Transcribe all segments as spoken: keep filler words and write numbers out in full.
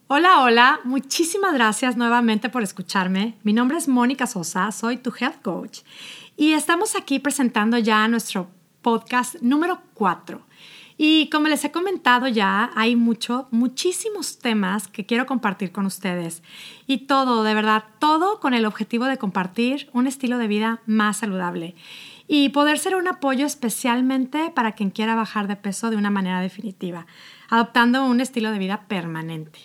Hola, hola, muchísimas gracias nuevamente por escucharme. Mi nombre es Mónica Sosa, soy tu Health Coach y estamos aquí presentando ya nuestro podcast número cuatro. Y como les he comentado ya, hay mucho, muchísimos temas que quiero compartir con ustedes y todo, de verdad, todo con el objetivo de compartir un estilo de vida más saludable y poder ser un apoyo especialmente para quien quiera bajar de peso de una manera definitiva, adoptando un estilo de vida permanente.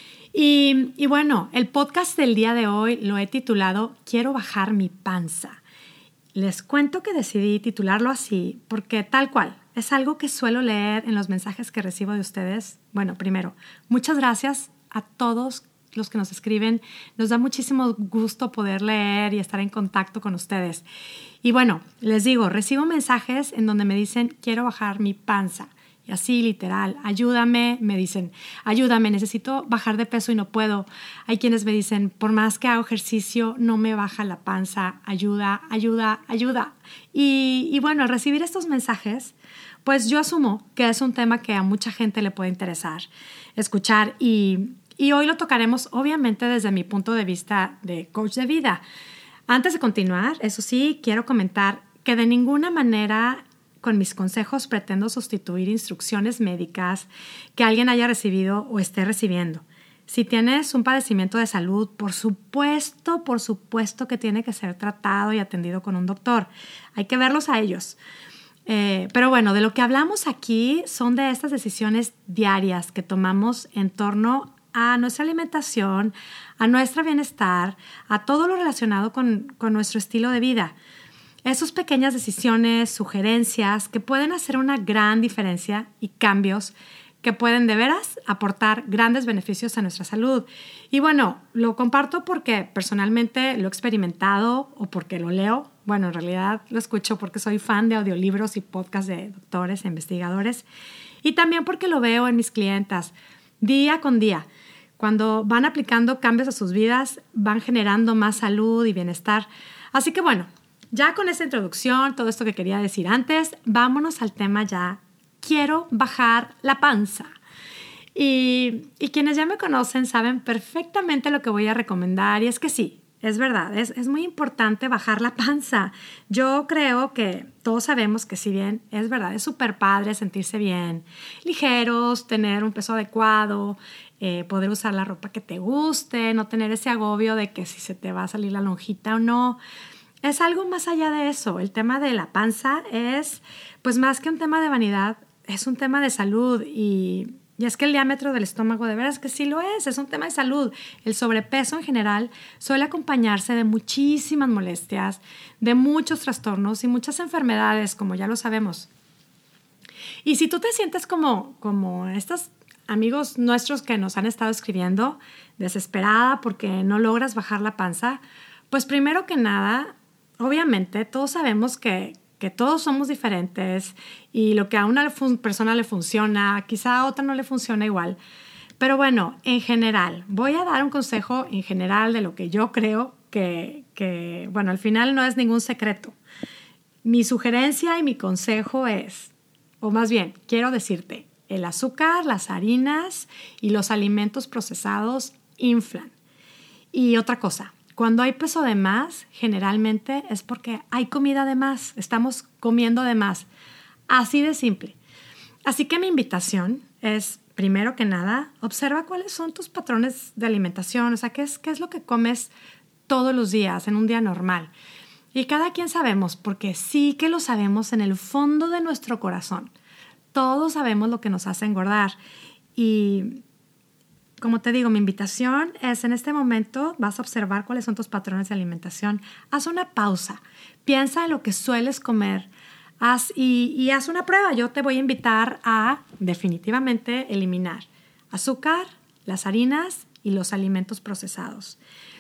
Y, y bueno, el podcast del día de hoy lo he titulado Quiero bajar mi panza. Les cuento que decidí titularlo así porque tal cual, es algo que suelo leer en los mensajes que recibo de ustedes. Bueno, primero, muchas gracias a todos los que nos escriben. Nos da muchísimo gusto poder leer y estar en contacto con ustedes. Y bueno, les digo, recibo mensajes en donde me dicen quiero bajar mi panza. Y así, literal, ayúdame, me dicen, ayúdame, necesito bajar de peso y no puedo. Hay quienes me dicen, por más que hago ejercicio, no me baja la panza, ayuda, ayuda, ayuda. Y, y bueno, al recibir estos mensajes, pues yo asumo que es un tema que a mucha gente le puede interesar escuchar y, y hoy lo tocaremos obviamente desde mi punto de vista de coach de vida. Antes de continuar, eso sí, quiero comentar que de ninguna manera con mis consejos pretendo sustituir instrucciones médicas que alguien haya recibido o esté recibiendo. Si tienes un padecimiento de salud, por supuesto, por supuesto que tiene que ser tratado y atendido con un doctor. Hay que verlos a ellos. Eh, pero bueno, de lo que hablamos aquí son de estas decisiones diarias que tomamos en torno a nuestra alimentación, a nuestro bienestar, a todo lo relacionado con, con nuestro estilo de vida. Esas pequeñas decisiones, sugerencias que pueden hacer una gran diferencia y cambios que pueden de veras aportar grandes beneficios a nuestra salud. Y bueno, lo comparto porque personalmente lo he experimentado o porque lo leo. Bueno, en realidad lo escucho porque soy fan de audiolibros y podcasts de doctores e investigadores. Y también porque lo veo en mis clientas día con día. Cuando van aplicando cambios a sus vidas, van generando más salud y bienestar. Así que bueno, ya con esta introducción, todo esto que quería decir antes, vámonos al tema ya. Quiero bajar la panza. Y, y quienes ya me conocen saben perfectamente lo que voy a recomendar. Y es que sí, es verdad, es, es muy importante bajar la panza. Yo creo que todos sabemos que si bien es verdad, es súper padre sentirse bien, ligeros, tener un peso adecuado, eh, poder usar la ropa que te guste, no tener ese agobio de que si se te va a salir la lonjita o no. Es algo más allá de eso. El tema de la panza es, pues más que un tema de vanidad, es un tema de salud y, y es que el diámetro del estómago de veras que sí lo es, es un tema de salud. El sobrepeso en general suele acompañarse de muchísimas molestias, de muchos trastornos y muchas enfermedades, como ya lo sabemos. Y si tú te sientes como, como estos amigos nuestros que nos han estado escribiendo, desesperada porque no logras bajar la panza, pues primero que nada, obviamente, todos sabemos que, que todos somos diferentes y lo que a una fun- persona le funciona, quizá a otra no le funciona igual. Pero bueno, en general, voy a dar un consejo en general de lo que yo creo que, que, bueno, al final no es ningún secreto. Mi sugerencia y mi consejo es, o más bien, quiero decirte, el azúcar, las harinas y los alimentos procesados inflan. Y otra cosa, cuando hay peso de más, generalmente es porque hay comida de más, estamos comiendo de más. Así de simple. Así que mi invitación es, primero que nada, observa cuáles son tus patrones de alimentación, o sea, qué es, qué es lo que comes todos los días, en un día normal. Y cada quien sabemos, porque sí que lo sabemos en el fondo de nuestro corazón. Todos sabemos lo que nos hace engordar. Y como te digo, mi invitación es en este momento vas a observar cuáles son tus patrones de alimentación. Haz una pausa, piensa en lo que sueles comer haz, y, y haz una prueba. Yo te voy a invitar a definitivamente eliminar azúcar, las harinas y los alimentos procesados.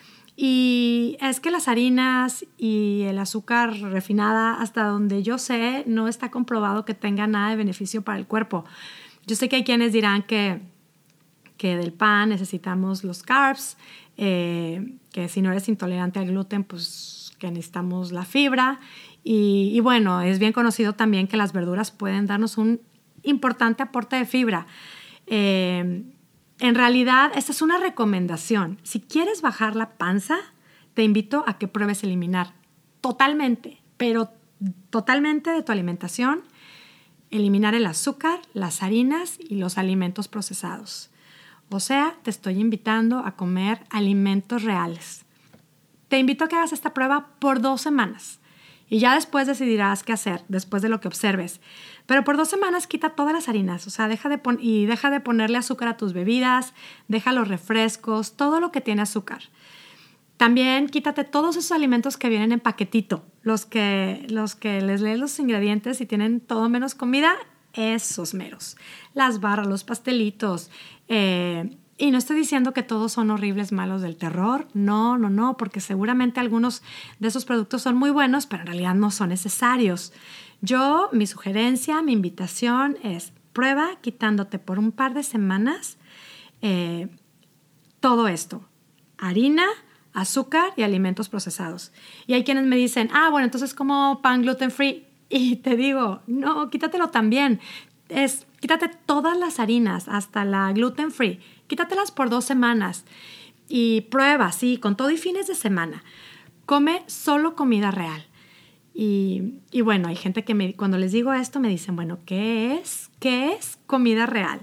Y es que las harinas y el azúcar refinada, hasta donde yo sé, no está comprobado que tenga nada de beneficio para el cuerpo. Yo sé que hay quienes dirán que que del pan necesitamos los carbs, eh, que si no eres intolerante al gluten, pues que necesitamos la fibra. Y, y bueno, es bien conocido también que las verduras pueden darnos un importante aporte de fibra. Eh, en realidad, esta es una recomendación. Si quieres bajar la panza, te invito a que pruebes eliminar totalmente, pero totalmente de tu alimentación, eliminar el azúcar, las harinas y los alimentos procesados. O sea, te estoy invitando a comer alimentos reales. Te invito a que hagas esta prueba por dos semanas y ya después decidirás qué hacer, después de lo que observes. Pero por dos semanas quita todas las harinas, o sea, deja de pon- y deja de ponerle azúcar a tus bebidas, deja los refrescos, todo lo que tiene azúcar. También quítate todos esos alimentos que vienen en paquetito, los que, los que les lees los ingredientes y tienen todo menos comida, esos meros. Las barras, los pastelitos. Eh, y no estoy diciendo que todos son horribles, malos del terror. No, no, no, porque seguramente algunos de esos productos son muy buenos, pero en realidad no son necesarios. Yo, mi sugerencia, mi invitación es prueba quitándote por un par de semanas eh, todo esto. Harina, azúcar y alimentos procesados. Y hay quienes me dicen, ah, bueno, entonces como pan gluten free. Y te digo, no, quítatelo también. Es, quítate todas las harinas, hasta la gluten free. Quítatelas por dos semanas. Y prueba, sí, con todo y fines de semana. Come solo comida real. Y, y bueno, hay gente que me, cuando les digo esto me dicen, bueno, ¿qué es? ¿Qué es comida real?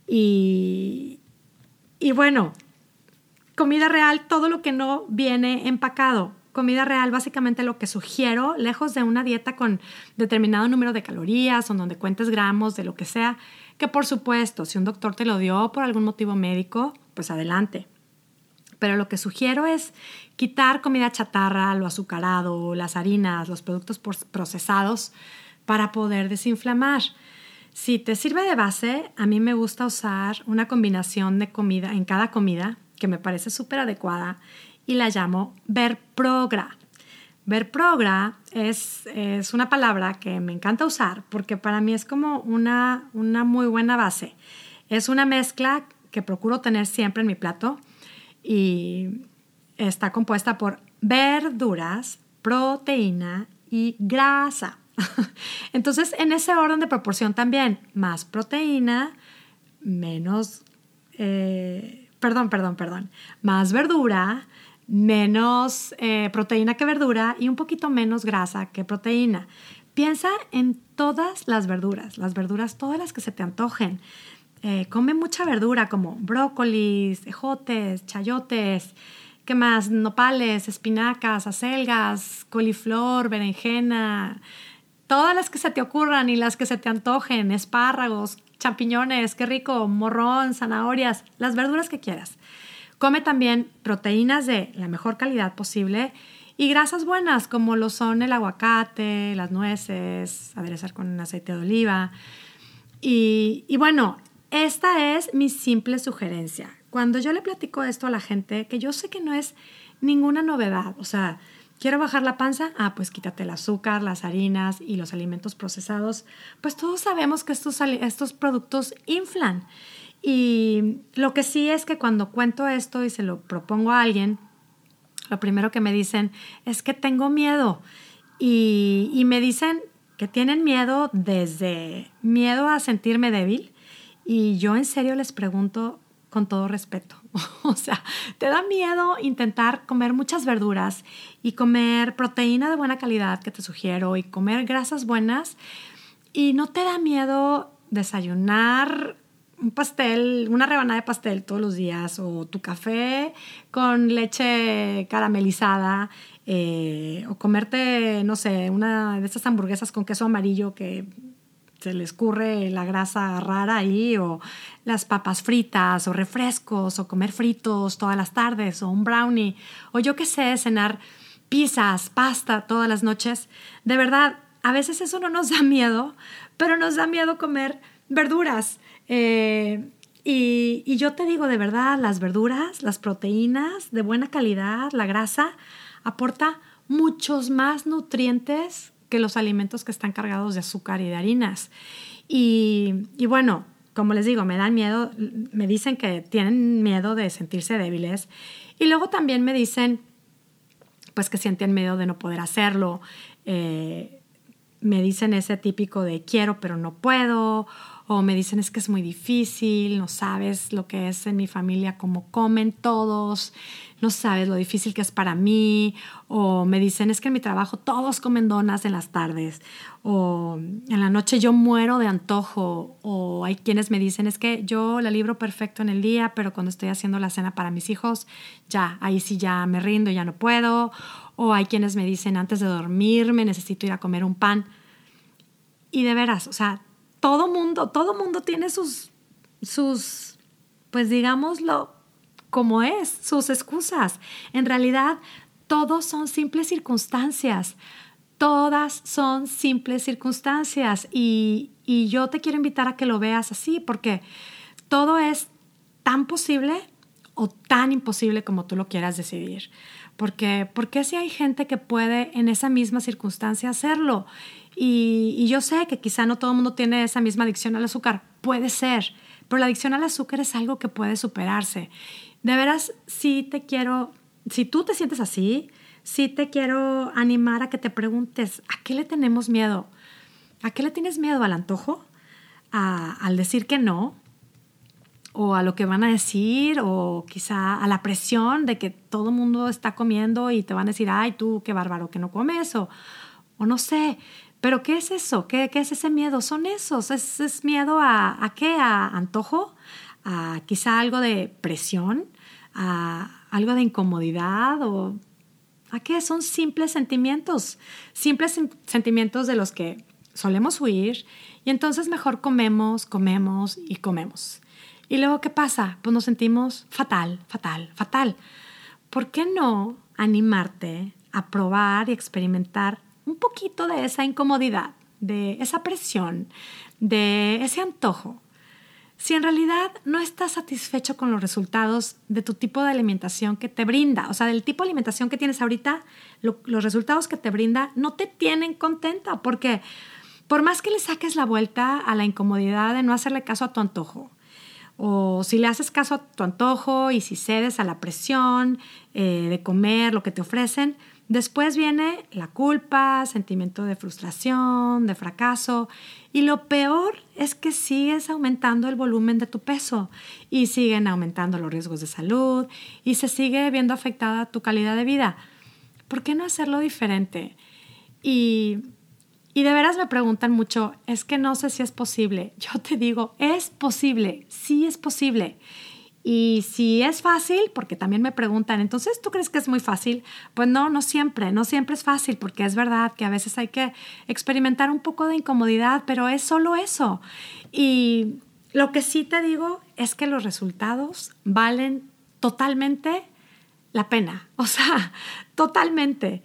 Y, y bueno, comida real, todo lo que no viene empacado. Comida real, básicamente lo que sugiero, lejos de una dieta con determinado número de calorías o donde cuentes gramos de lo que sea, que por supuesto, si un doctor te lo dio por algún motivo médico, pues adelante. Pero lo que sugiero es quitar comida chatarra, lo azucarado, las harinas, los productos procesados para poder desinflamar. Si te sirve de base, a mí me gusta usar una combinación de comida en cada comida que me parece súper adecuada y la llamo Verprogra. Verprogra es, es una palabra que me encanta usar porque para mí es como una, una muy buena base. Es una mezcla que procuro tener siempre en mi plato y está compuesta por verduras, proteína y grasa. Entonces, en ese orden de proporción también, más proteína, menos, eh, perdón, perdón, perdón, más verdura, menos eh, proteína que verdura y un poquito menos grasa que proteína. Piensa en todas las verduras, las verduras, todas las que se te antojen. Eh, come mucha verdura como brócolis, ejotes, chayotes, ¿qué más? Nopales, espinacas, acelgas, coliflor, berenjena, todas las que se te ocurran y las que se te antojen, espárragos, champiñones, qué rico, morrón, zanahorias, las verduras que quieras. Come también proteínas de la mejor calidad posible y grasas buenas como lo son el aguacate, las nueces, aderezar con aceite de oliva. Y, y bueno, esta es mi simple sugerencia. Cuando yo le platico esto a la gente, que yo sé que no es ninguna novedad, o sea, ¿quiero bajar la panza? Ah, pues quítate el azúcar, las harinas y los alimentos procesados. Pues todos sabemos que estos, estos productos inflan. Y lo que sí es que cuando cuento esto y se lo propongo a alguien, lo primero que me dicen es que tengo miedo. Y, y me dicen que tienen miedo desde miedo a sentirme débil. Y yo en serio les pregunto con todo respeto. O sea, ¿te da miedo intentar comer muchas verduras y comer proteína de buena calidad que te sugiero y comer grasas buenas? ¿Y no te da miedo desayunar un pastel, una rebanada de pastel todos los días o tu café con leche caramelizada eh, o comerte, no sé, una de esas hamburguesas con queso amarillo que se le escurre la grasa rara ahí, o las papas fritas o refrescos o comer fritos todas las tardes o un brownie o yo qué sé, cenar pizzas, pasta todas las noches? De verdad, a veces eso no nos da miedo, pero nos da miedo comer verduras. Eh, y, y yo te digo de verdad, las verduras, las proteínas de buena calidad, la grasa, aporta muchos más nutrientes que los alimentos que están cargados de azúcar y de harinas. Y, y bueno, como les digo, me dan miedo, me dicen que tienen miedo de sentirse débiles. Y luego también me dicen, pues que sienten miedo de no poder hacerlo. Eh, me dicen ese típico de quiero pero no puedo, o me dicen es que es muy difícil, no sabes lo que es en mi familia, cómo comen todos, no sabes lo difícil que es para mí, o me dicen es que en mi trabajo todos comen donas en las tardes, o en la noche yo muero de antojo, o hay quienes me dicen es que yo la libro perfecto en el día, pero cuando estoy haciendo la cena para mis hijos, ya, ahí sí ya me rindo, ya no puedo, o hay quienes me dicen antes de dormirme necesito ir a comer un pan. Y de veras, o sea, todo mundo, todo mundo tiene sus, sus, pues digámoslo como es, sus excusas. En realidad, todos son simples circunstancias. Todas son simples circunstancias. Y, y yo te quiero invitar a que lo veas así, porque todo es tan posible o tan imposible como tú lo quieras decidir. Porque, porque si hay gente que puede en esa misma circunstancia hacerlo. Y, y yo sé que quizá no todo el mundo tiene esa misma adicción al azúcar. Puede ser. Pero la adicción al azúcar es algo que puede superarse. De veras, sí te quiero, si tú te sientes así, sí te quiero animar a que te preguntes, ¿a qué le tenemos miedo? ¿A qué le tienes miedo? ¿Al antojo? ¿A, al decir que no? ¿O a lo que van a decir? ¿O quizá a la presión de que todo el mundo está comiendo y te van a decir, ay, tú, qué bárbaro que no comes? O, o no sé. ¿Pero qué es eso? ¿Qué, qué es ese miedo? Son esos. ¿Es, es miedo a, a qué? ¿A antojo? ¿A quizá algo de presión? ¿A algo de incomodidad? ¿O a qué? Son simples sentimientos. Simples sen- sentimientos de los que solemos huir. Y entonces mejor comemos, comemos y comemos. ¿Y luego qué pasa? Pues nos sentimos fatal, fatal, fatal. ¿Por qué no animarte a probar y experimentar un poquito de esa incomodidad, de esa presión, de ese antojo? Si en realidad no estás satisfecho con los resultados de tu tipo de alimentación que te brinda, o sea, del tipo de alimentación que tienes ahorita, lo, los resultados que te brinda no te tienen contenta, porque por más que le saques la vuelta a la incomodidad de no hacerle caso a tu antojo, o si le haces caso a tu antojo y si cedes a la presión eh, de comer lo que te ofrecen, después viene la culpa, sentimiento de frustración, de fracaso, y lo peor es que sigues aumentando el volumen de tu peso y siguen aumentando los riesgos de salud y se sigue viendo afectada tu calidad de vida. ¿Por qué no hacerlo diferente? Y Y de veras me preguntan mucho, es que no sé si es posible. Yo te digo, es posible, sí es posible. Y si es fácil, porque también me preguntan, entonces, ¿tú crees que es muy fácil? Pues no, no siempre, no siempre es fácil, porque es verdad que a veces hay que experimentar un poco de incomodidad, pero es solo eso. Y lo que sí te digo es que los resultados valen totalmente la pena, o sea, totalmente.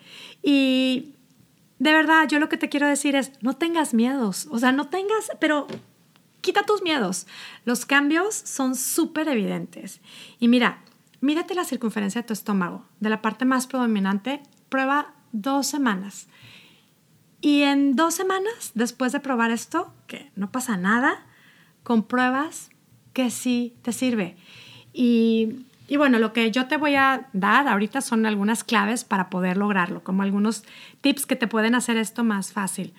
Y de verdad, yo lo que te quiero decir es, no tengas miedos, o sea, no tengas, pero quita tus miedos. Los cambios son súper evidentes. Y mira, mírate la circunferencia de tu estómago, de la parte más predominante, prueba dos semanas. Y en dos semanas, después de probar esto, que no pasa nada, compruebas que sí te sirve. Y... Y bueno, lo que yo te voy a dar ahorita son algunas claves para poder lograrlo, como algunos tips que te pueden hacer esto más fácil.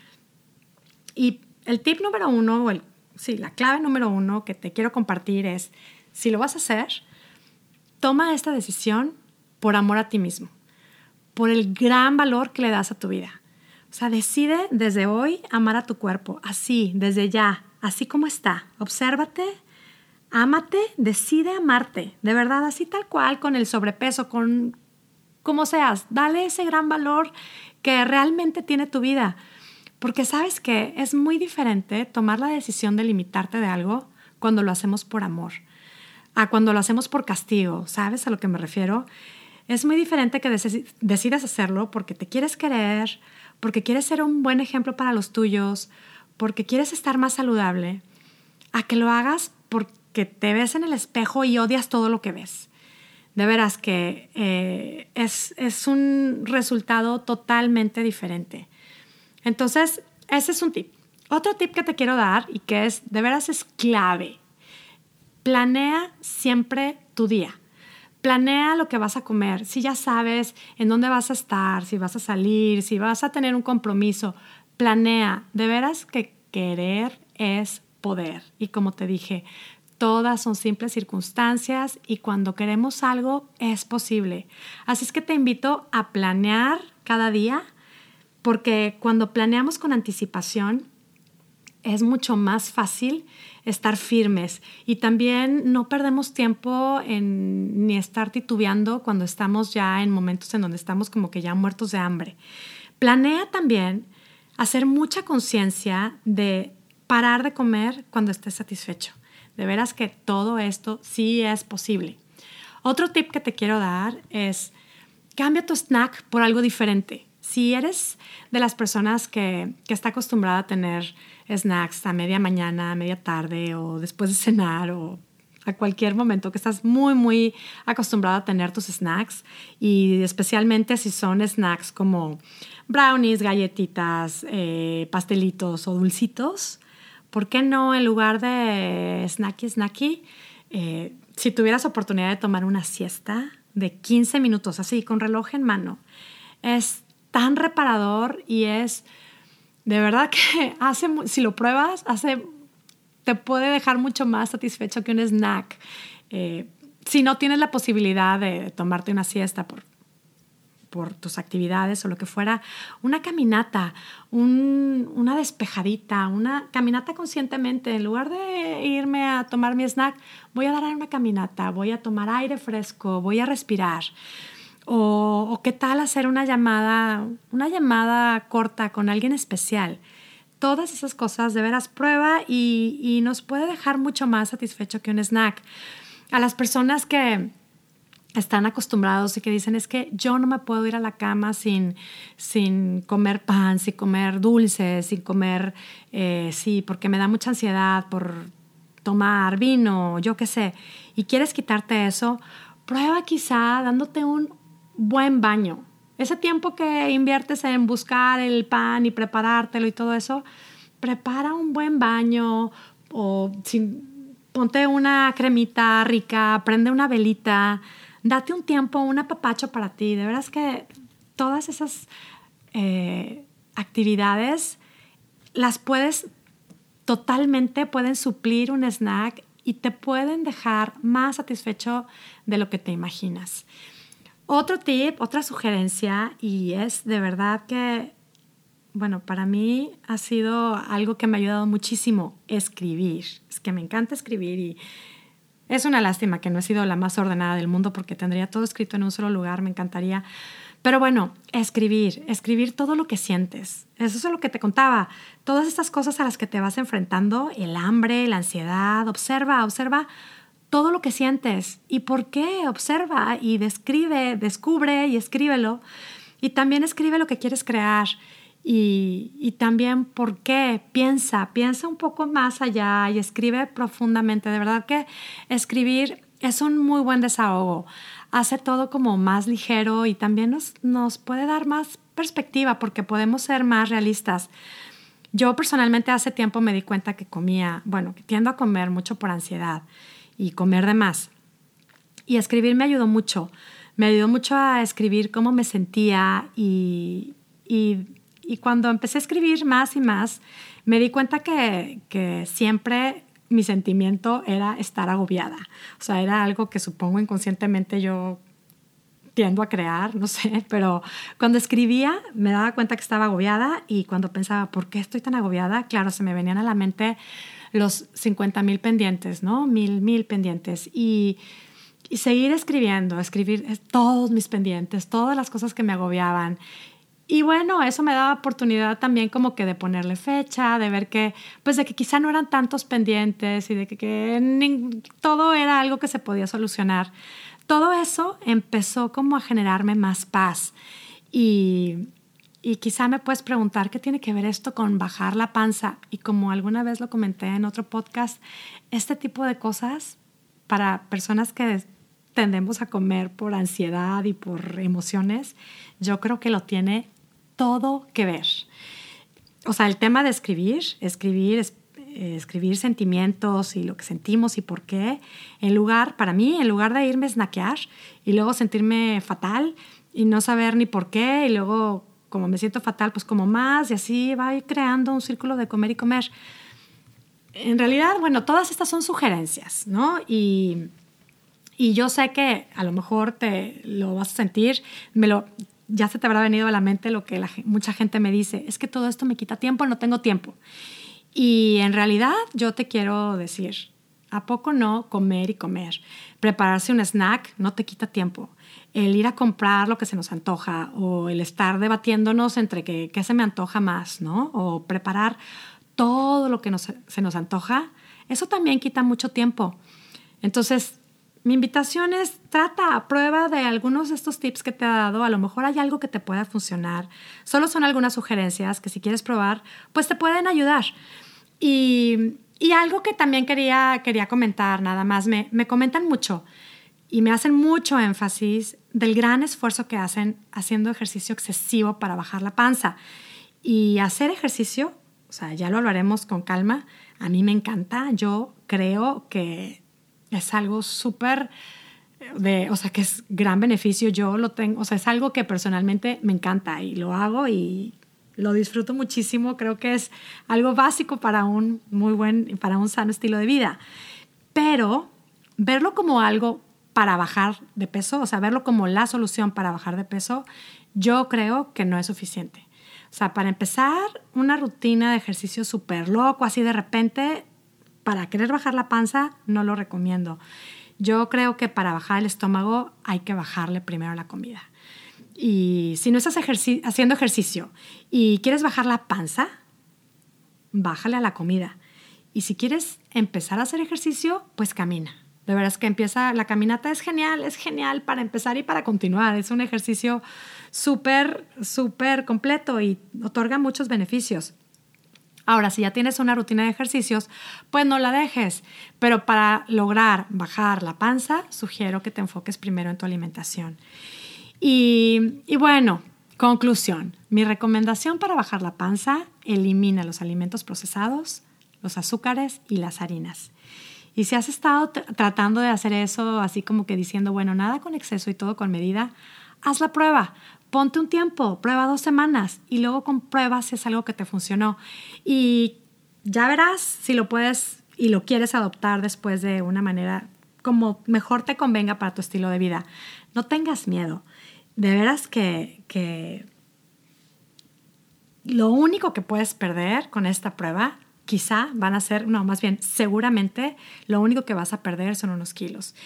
Y el tip número uno, o el, sí, la clave número uno que te quiero compartir es, si lo vas a hacer, toma esta decisión por amor a ti mismo, por el gran valor que le das a tu vida. O sea, decide desde hoy amar a tu cuerpo, así, desde ya, así como está. Obsérvate. Ámate, decide amarte, de verdad, así tal cual, con el sobrepeso, con como seas. Dale ese gran valor que realmente tiene tu vida. Porque sabes que es muy diferente tomar la decisión de limitarte de algo cuando lo hacemos por amor, a cuando lo hacemos por castigo. ¿Sabes a lo que me refiero? Es muy diferente que dec- decidas hacerlo porque te quieres querer, porque quieres ser un buen ejemplo para los tuyos, porque quieres estar más saludable, a que lo hagas porque que te ves en el espejo y odias todo lo que ves. De veras que eh, es, es un resultado totalmente diferente. Entonces, ese es un tip. Otro tip que te quiero dar y que es, de veras es clave. Planea siempre tu día. Planea lo que vas a comer. Si ya sabes en dónde vas a estar, si vas a salir, si vas a tener un compromiso, planea. De veras que querer es poder. Y como te dije, todas son simples circunstancias y cuando queremos algo es posible. Así es que te invito a planear cada día, porque cuando planeamos con anticipación es mucho más fácil estar firmes y también no perdemos tiempo en ni estar titubeando cuando estamos ya en momentos en donde estamos como que ya muertos de hambre. Planea también hacer mucha conciencia de parar de comer cuando estés satisfecho. De veras que todo esto sí es posible. Otro tip que te quiero dar es cambia tu snack por algo diferente. Si eres de las personas que, que está acostumbrada a tener snacks a media mañana, a media tarde o después de cenar o a cualquier momento, que estás muy, muy acostumbrada a tener tus snacks y especialmente si son snacks como brownies, galletitas, eh, pastelitos o dulcitos, ¿por qué no en lugar de snacky, snacky, eh, si tuvieras oportunidad de tomar una siesta de quince minutos así con reloj en mano? Es tan reparador y es de verdad que hace, si lo pruebas, hace, te puede dejar mucho más satisfecho que un snack. Eh, si no tienes la posibilidad de tomarte una siesta por, por tus actividades o lo que fuera, una caminata, un, una despejadita, una caminata conscientemente. En lugar de irme a tomar mi snack, voy a dar una caminata, voy a tomar aire fresco, voy a respirar. O, o qué tal hacer una llamada, una llamada corta con alguien especial. Todas esas cosas de veras prueba y, y nos puede dejar mucho más satisfecho que un snack. A las personas que están acostumbrados y que dicen es que yo no me puedo ir a la cama sin, sin comer pan, sin comer dulces, sin comer, eh, sí, porque me da mucha ansiedad por tomar vino, yo qué sé, y quieres quitarte eso, prueba quizá dándote un buen baño. Ese tiempo que inviertes en buscar el pan y preparártelo y todo eso, prepara un buen baño o sin, ponte una cremita rica, prende una velita, date un tiempo, un apapacho para ti. De veras que todas esas eh, actividades las puedes totalmente, pueden suplir un snack y te pueden dejar más satisfecho de lo que te imaginas. Otro tip, otra sugerencia, y es de verdad que, bueno, para mí ha sido algo que me ha ayudado muchísimo, escribir. Es que me encanta escribir y es una lástima que no he sido la más ordenada del mundo porque tendría todo escrito en un solo lugar, me encantaría. Pero bueno, escribir, escribir todo lo que sientes. Eso es lo que te contaba. Todas estas cosas a las que te vas enfrentando, el hambre, la ansiedad, observa, observa todo lo que sientes. ¿Y por qué? Observa y describe, descubre y escríbelo. Y también escribe lo que quieres crear. Y, y también por qué. Piensa, piensa un poco más allá y escribe profundamente. De verdad que escribir es un muy buen desahogo. Hace todo como más ligero y también nos, nos puede dar más perspectiva porque podemos ser más realistas. Yo personalmente hace tiempo me di cuenta que comía, bueno, que tiendo a comer mucho por ansiedad y comer de más. Y escribir me ayudó mucho. Me ayudó mucho a escribir cómo me sentía y, y, y cuando empecé a escribir más y más, me di cuenta que, que siempre mi sentimiento era estar agobiada. O sea, era algo que supongo inconscientemente yo tiendo a crear, no sé, pero cuando escribía me daba cuenta que estaba agobiada y cuando pensaba, ¿por qué estoy tan agobiada? Claro, se me venían a la mente los cincuenta mil pendientes, ¿no? Mil, mil pendientes. Y, y seguir escribiendo, escribir todos mis pendientes, todas las cosas que me agobiaban. Y bueno, eso me daba oportunidad también como que de ponerle fecha, de ver que, pues de que quizá no eran tantos pendientes y de que, que ni, todo era algo que se podía solucionar. Todo eso empezó como a generarme más paz. Y, y quizá me puedes preguntar qué tiene que ver esto con bajar la panza. Y como alguna vez lo comenté en otro podcast, este tipo de cosas para personas que tendemos a comer por ansiedad y por emociones, yo creo que lo tiene todo que ver. O sea, el tema de escribir, escribir, es, eh, escribir sentimientos y lo que sentimos y por qué, en lugar, para mí, en lugar de irme a snackear y luego sentirme fatal y no saber ni por qué y luego como me siento fatal, pues como más y así va a ir creando un círculo de comer y comer. en realidad, bueno, todas estas son sugerencias, ¿no? Y, y yo sé que a lo mejor te lo vas a sentir, me lo, ya se te habrá venido a la mente lo que la, mucha gente me dice, es que todo esto me quita tiempo, no tengo tiempo. Y en realidad yo te quiero decir, ¿a poco no comer y comer? Prepararse un snack no te quita tiempo. El ir a comprar lo que se nos antoja o el estar debatiéndonos entre qué, qué se me antoja más, ¿no? O preparar todo lo que nos, se nos antoja, eso también quita mucho tiempo. Entonces, mi invitación es, trata, a prueba de algunos de estos tips que te he dado. A lo mejor hay algo que te pueda funcionar. Solo son algunas sugerencias que si quieres probar, pues te pueden ayudar. Y, y algo que también quería, quería comentar, nada más, me, me comentan mucho y me hacen mucho énfasis del gran esfuerzo que hacen haciendo ejercicio excesivo para bajar la panza. Y hacer ejercicio, o sea, ya lo hablaremos con calma, a mí me encanta. Yo creo que es algo súper, de, o sea, que es gran beneficio. Yo lo tengo, o sea, es algo que personalmente me encanta y lo hago y lo disfruto muchísimo. Creo que es algo básico para un muy buen, para un sano estilo de vida. Pero verlo como algo para bajar de peso, o sea, verlo como la solución para bajar de peso, yo creo que no es suficiente. O sea, para empezar, una rutina de ejercicio súper loco, así de repente, para querer bajar la panza, no lo recomiendo. Yo creo que para bajar el estómago hay que bajarle primero la comida. Y si no estás ejerci- haciendo ejercicio y quieres bajar la panza, bájale a la comida. Y si quieres empezar a hacer ejercicio, pues camina. De veras que empieza, la caminata es genial, es genial para empezar y para continuar. Es un ejercicio súper, súper completo y otorga muchos beneficios. Ahora, si ya tienes una rutina de ejercicios, pues no la dejes. Pero para lograr bajar la panza, sugiero que te enfoques primero en tu alimentación. Y, y bueno, conclusión. Mi recomendación para bajar la panza, elimina los alimentos procesados, los azúcares y las harinas. Y si has estado t- tratando de hacer eso, así como que diciendo, bueno, nada con exceso y todo con medida, haz la prueba. Ponte un tiempo, prueba dos semanas y luego comprueba si es algo que te funcionó. Y ya verás si lo puedes y lo quieres adoptar después de una manera como mejor te convenga para tu estilo de vida. No tengas miedo. De veras que, que lo único que puedes perder con esta prueba quizá van a ser, no, más bien, seguramente lo único que vas a perder son unos kilos.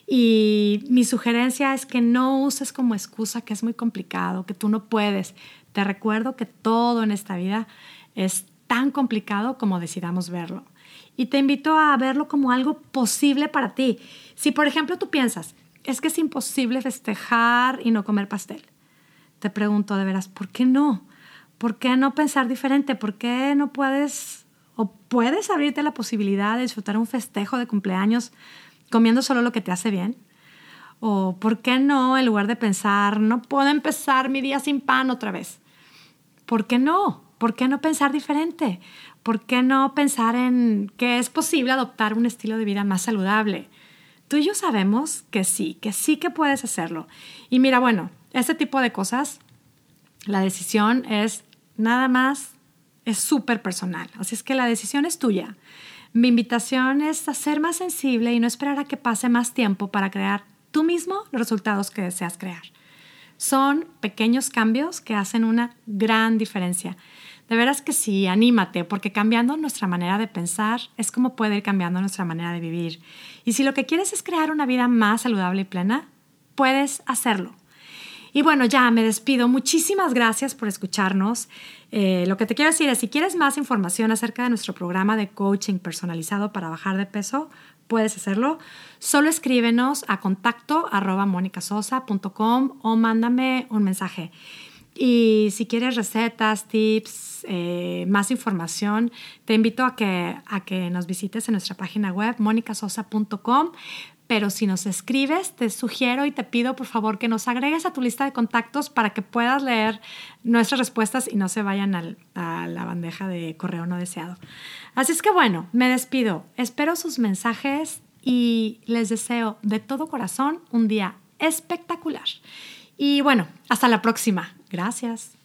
Y mi sugerencia es que no uses como excusa que es muy complicado, que tú no puedes. Te recuerdo que todo en esta vida es tan complicado como decidamos verlo. Y te invito a verlo como algo posible para ti. Si, por ejemplo, tú piensas, es que es imposible festejar y no comer pastel. Te pregunto de veras, ¿por qué no? ¿Por qué no pensar diferente? ¿Por qué no puedes... o puedes abrirte la posibilidad de disfrutar un festejo de cumpleaños comiendo solo lo que te hace bien? ¿O por qué no, en lugar de pensar, no puedo empezar mi día sin pan otra vez? ¿Por qué no? ¿Por qué no pensar diferente? ¿Por qué no pensar en que es posible adoptar un estilo de vida más saludable? Tú y yo sabemos que sí, que sí que puedes hacerlo. Y mira, bueno, este tipo de cosas, la decisión es nada más, es súper personal. Así es que la decisión es tuya. Mi invitación es a ser más sensible y no esperar a que pase más tiempo para crear tú mismo los resultados que deseas crear. Son pequeños cambios que hacen una gran diferencia. De veras que sí, anímate, porque cambiando nuestra manera de pensar es como puede ir cambiando nuestra manera de vivir. Y si lo que quieres es crear una vida más saludable y plena, puedes hacerlo. Y bueno, ya me despido. Muchísimas gracias por escucharnos. Eh, lo que te quiero decir es, si quieres más información acerca de nuestro programa de coaching personalizado para bajar de peso, puedes hacerlo. Solo escríbenos a contacto arroba monicasosa punto com o mándame un mensaje. Y si quieres recetas, tips, eh, más información, te invito a que, a que nos visites en nuestra página web monicasosa punto com. Pero si nos escribes, te sugiero y te pido, por favor, que nos agregues a tu lista de contactos para que puedas leer nuestras respuestas y no se vayan al, a la bandeja de correo no deseado. Así es que bueno, me despido. Espero sus mensajes y les deseo de todo corazón un día espectacular. Y bueno, hasta la próxima. Gracias.